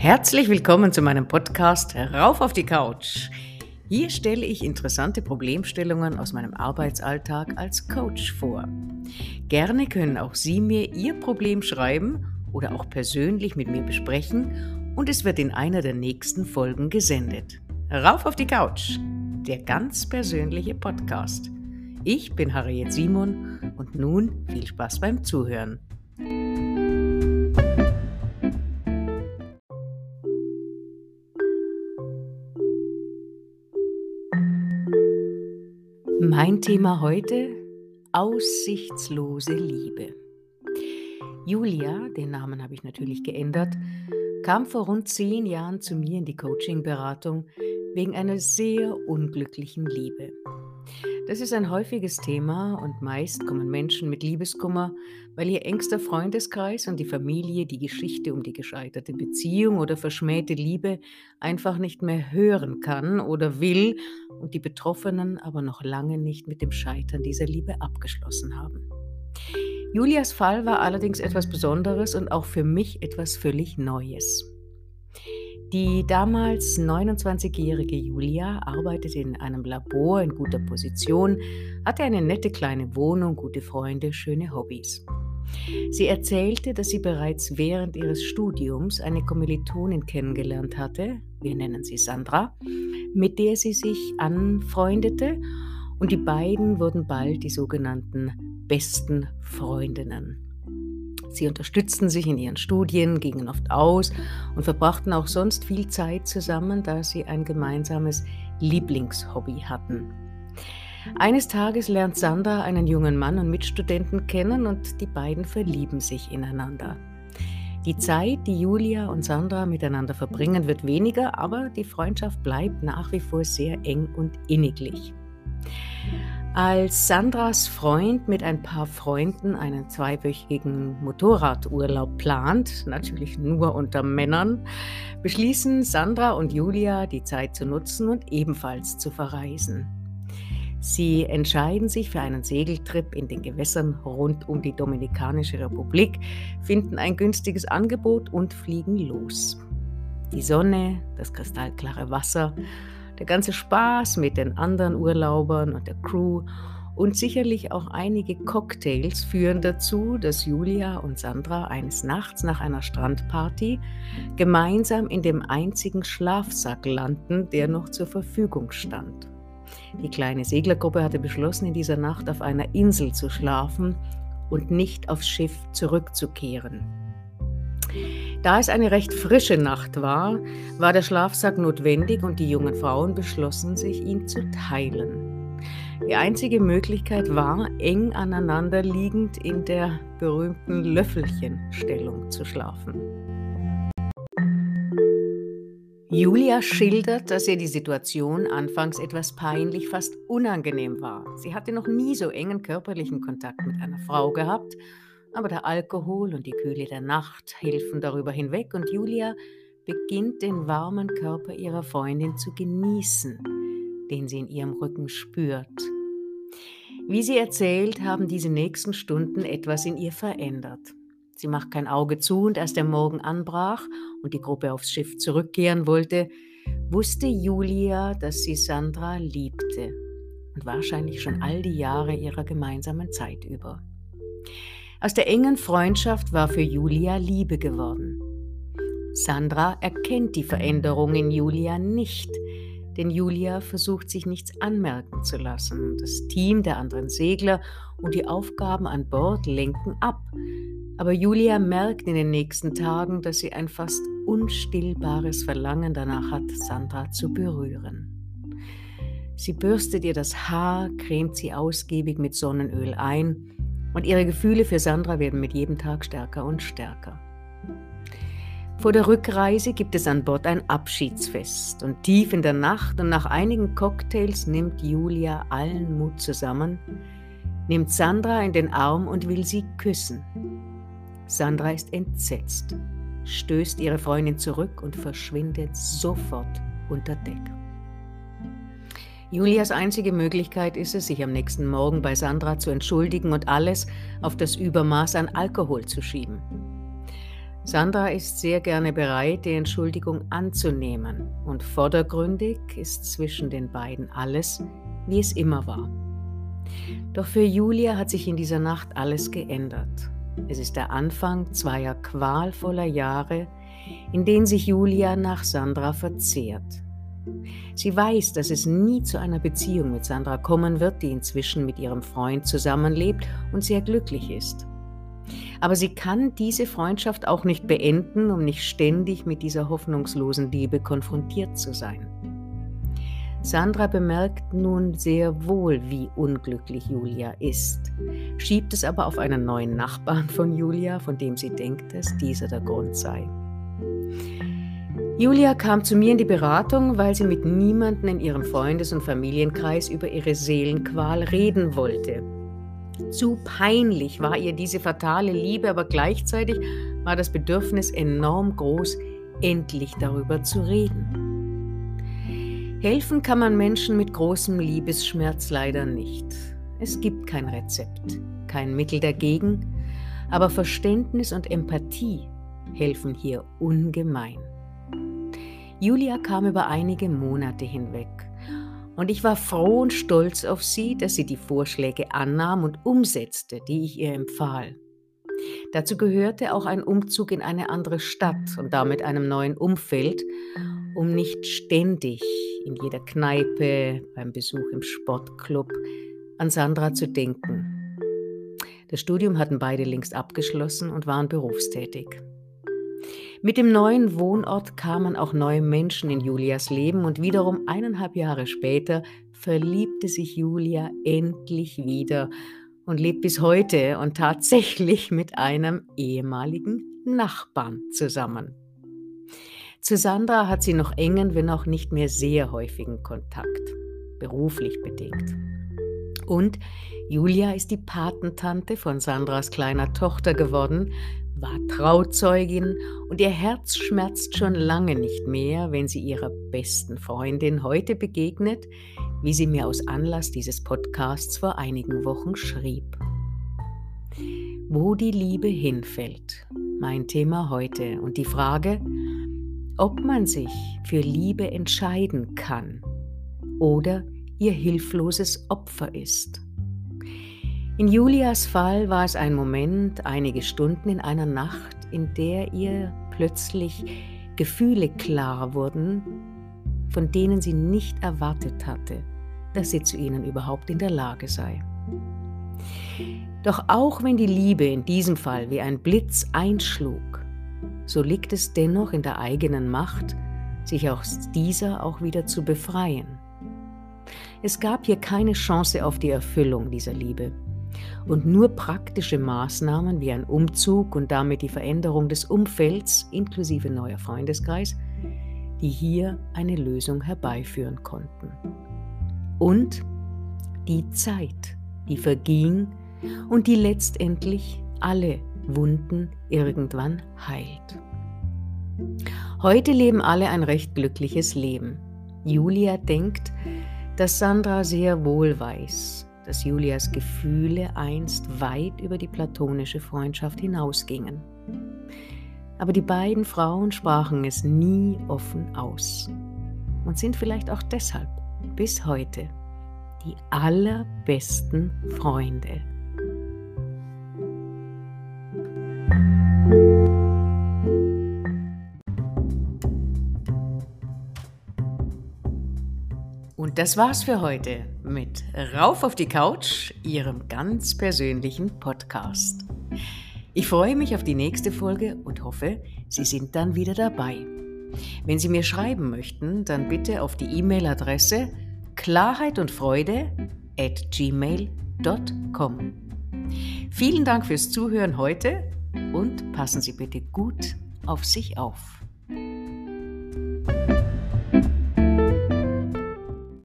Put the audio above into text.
Herzlich willkommen zu meinem Podcast Rauf auf die Couch. Hier stelle ich interessante Problemstellungen aus meinem Arbeitsalltag als Coach vor. Gerne können auch Sie mir Ihr Problem schreiben oder auch persönlich mit mir besprechen und es wird in einer der nächsten Folgen gesendet. Rauf auf die Couch, der ganz persönliche Podcast. Ich bin Harriet Simon und nun viel Spaß beim Zuhören. Mein Thema heute: aussichtslose Liebe. Julia, den Namen habe ich natürlich geändert, kam vor rund 10 Jahren zu mir in die Coaching-Beratung wegen einer sehr unglücklichen Liebe. Das ist ein häufiges Thema und meist kommen Menschen mit Liebeskummer, weil ihr engster Freundeskreis und die Familie die Geschichte um die gescheiterte Beziehung oder verschmähte Liebe einfach nicht mehr hören kann oder will und die Betroffenen aber noch lange nicht mit dem Scheitern dieser Liebe abgeschlossen haben. Julias Fall war allerdings etwas Besonderes und auch für mich etwas völlig Neues. Die damals 29-jährige Julia arbeitete in einem Labor in guter Position, hatte eine nette kleine Wohnung, gute Freunde, schöne Hobbys. Sie erzählte, dass sie bereits während ihres Studiums eine Kommilitonin kennengelernt hatte, wir nennen sie Sandra, mit der sie sich anfreundete und die beiden wurden bald die sogenannten besten Freundinnen. Sie unterstützten sich in ihren Studien, gingen oft aus und verbrachten auch sonst viel Zeit zusammen, da sie ein gemeinsames Lieblingshobby hatten. Eines Tages lernt Sandra einen jungen Mann und Mitstudenten kennen und die beiden verlieben sich ineinander. Die Zeit, die Julia und Sandra miteinander verbringen, wird weniger, aber die Freundschaft bleibt nach wie vor sehr eng und inniglich. Als Sandras Freund mit ein paar Freunden einen 2-wöchigen Motorradurlaub plant, natürlich nur unter Männern, beschließen Sandra und Julia, die Zeit zu nutzen und ebenfalls zu verreisen. Sie entscheiden sich für einen Segeltrip in den Gewässern rund um die Dominikanische Republik, finden ein günstiges Angebot und fliegen los. Die Sonne, das kristallklare Wasser, der ganze Spaß mit den anderen Urlaubern und der Crew und sicherlich auch einige Cocktails führen dazu, dass Julia und Sandra eines Nachts nach einer Strandparty gemeinsam in dem einzigen Schlafsack landen, der noch zur Verfügung stand. Die kleine Seglergruppe hatte beschlossen, in dieser Nacht auf einer Insel zu schlafen und nicht aufs Schiff zurückzukehren. Da es eine recht frische Nacht war, war der Schlafsack notwendig und die jungen Frauen beschlossen sich, ihn zu teilen. Die einzige Möglichkeit war, eng aneinander liegend in der berühmten Löffelchenstellung zu schlafen. Julia schildert, dass ihr die Situation anfangs etwas peinlich, fast unangenehm war. Sie hatte noch nie so engen körperlichen Kontakt mit einer Frau gehabt, aber der Alkohol und die Kühle der Nacht helfen darüber hinweg und Julia beginnt den warmen Körper ihrer Freundin zu genießen, den sie in ihrem Rücken spürt. Wie sie erzählt, haben diese nächsten Stunden etwas in ihr verändert. Sie macht kein Auge zu und als der Morgen anbrach und die Gruppe aufs Schiff zurückkehren wollte, wusste Julia, dass sie Sandra liebte und wahrscheinlich schon all die Jahre ihrer gemeinsamen Zeit über. Aus der engen Freundschaft war für Julia Liebe geworden. Sandra erkennt die Veränderung in Julia nicht, denn Julia versucht sich nichts anmerken zu lassen. Das Team der anderen Segler und die Aufgaben an Bord lenken ab. Aber Julia merkt in den nächsten Tagen, dass sie ein fast unstillbares Verlangen danach hat, Sandra zu berühren. Sie bürstet ihr das Haar, cremt sie ausgiebig mit Sonnenöl ein und ihre Gefühle für Sandra werden mit jedem Tag stärker und stärker. Vor der Rückreise gibt es an Bord ein Abschiedsfest und tief in der Nacht und nach einigen Cocktails nimmt Julia allen Mut zusammen, nimmt Sandra in den Arm und will sie küssen. Sandra ist entsetzt, stößt ihre Freundin zurück und verschwindet sofort unter Deck. Julias einzige Möglichkeit ist es, sich am nächsten Morgen bei Sandra zu entschuldigen und alles auf das Übermaß an Alkohol zu schieben. Sandra ist sehr gerne bereit, die Entschuldigung anzunehmen, und vordergründig ist zwischen den beiden alles, wie es immer war. Doch für Julia hat sich in dieser Nacht alles geändert. Es ist der Anfang zweier qualvoller Jahre, in denen sich Julia nach Sandra verzehrt. Sie weiß, dass es nie zu einer Beziehung mit Sandra kommen wird, die inzwischen mit ihrem Freund zusammenlebt und sehr glücklich ist. Aber sie kann diese Freundschaft auch nicht beenden, um nicht ständig mit dieser hoffnungslosen Liebe konfrontiert zu sein. Sandra bemerkt nun sehr wohl, wie unglücklich Julia ist, schiebt es aber auf einen neuen Nachbarn von Julia, von dem sie denkt, dass dieser der Grund sei. Julia kam zu mir in die Beratung, weil sie mit niemandem in ihrem Freundes- und Familienkreis über ihre Seelenqual reden wollte. Zu peinlich war ihr diese fatale Liebe, aber gleichzeitig war das Bedürfnis enorm groß, endlich darüber zu reden. Helfen kann man Menschen mit großem Liebesschmerz leider nicht. Es gibt kein Rezept, kein Mittel dagegen, aber Verständnis und Empathie helfen hier ungemein. Julia kam über einige Monate hinweg und ich war froh und stolz auf sie, dass sie die Vorschläge annahm und umsetzte, die ich ihr empfahl. Dazu gehörte auch ein Umzug in eine andere Stadt und damit einem neuen Umfeld, um nicht ständig in jeder Kneipe, beim Besuch im Sportclub an Sandra zu denken. Das Studium hatten beide längst abgeschlossen und waren berufstätig. Mit dem neuen Wohnort kamen auch neue Menschen in Julias Leben und wiederum 1,5 Jahre später verliebte sich Julia endlich wieder und lebt bis heute und tatsächlich mit einem ehemaligen Nachbarn zusammen. Zu Sandra hat sie noch engen, wenn auch nicht mehr sehr häufigen Kontakt, beruflich bedingt. Und Julia ist die Patentante von Sandras kleiner Tochter geworden, war Trauzeugin und ihr Herz schmerzt schon lange nicht mehr, wenn sie ihrer besten Freundin heute begegnet, wie sie mir aus Anlass dieses Podcasts vor einigen Wochen schrieb. Wo die Liebe hinfällt, mein Thema heute, und die Frage, ob man sich für Liebe entscheiden kann oder ihr hilfloses Opfer ist. In Julias Fall war es ein Moment, einige Stunden in einer Nacht, in der ihr plötzlich Gefühle klar wurden, von denen sie nicht erwartet hatte, dass sie zu ihnen überhaupt in der Lage sei. Doch auch wenn die Liebe in diesem Fall wie ein Blitz einschlug, so liegt es dennoch in der eigenen Macht, sich aus dieser auch wieder zu befreien. Es gab hier keine Chance auf die Erfüllung dieser Liebe. Und nur praktische Maßnahmen wie ein Umzug und damit die Veränderung des Umfelds inklusive neuer Freundeskreis, die hier eine Lösung herbeiführen konnten. Und die Zeit, die verging und die letztendlich alle Wunden irgendwann heilt. Heute leben alle ein recht glückliches Leben. Julia denkt, dass Sandra sehr wohl weiß, dass Julias Gefühle einst weit über die platonische Freundschaft hinausgingen. Aber die beiden Frauen sprachen es nie offen aus und sind vielleicht auch deshalb bis heute die allerbesten Freunde. Und das war's für heute mit Rauf auf die Couch, Ihrem ganz persönlichen Podcast. Ich freue mich auf die nächste Folge und hoffe, Sie sind dann wieder dabei. Wenn Sie mir schreiben möchten, dann bitte auf die E-Mail-Adresse klarheitundfreude@gmail.com. Vielen Dank fürs Zuhören heute und passen Sie bitte gut auf sich auf.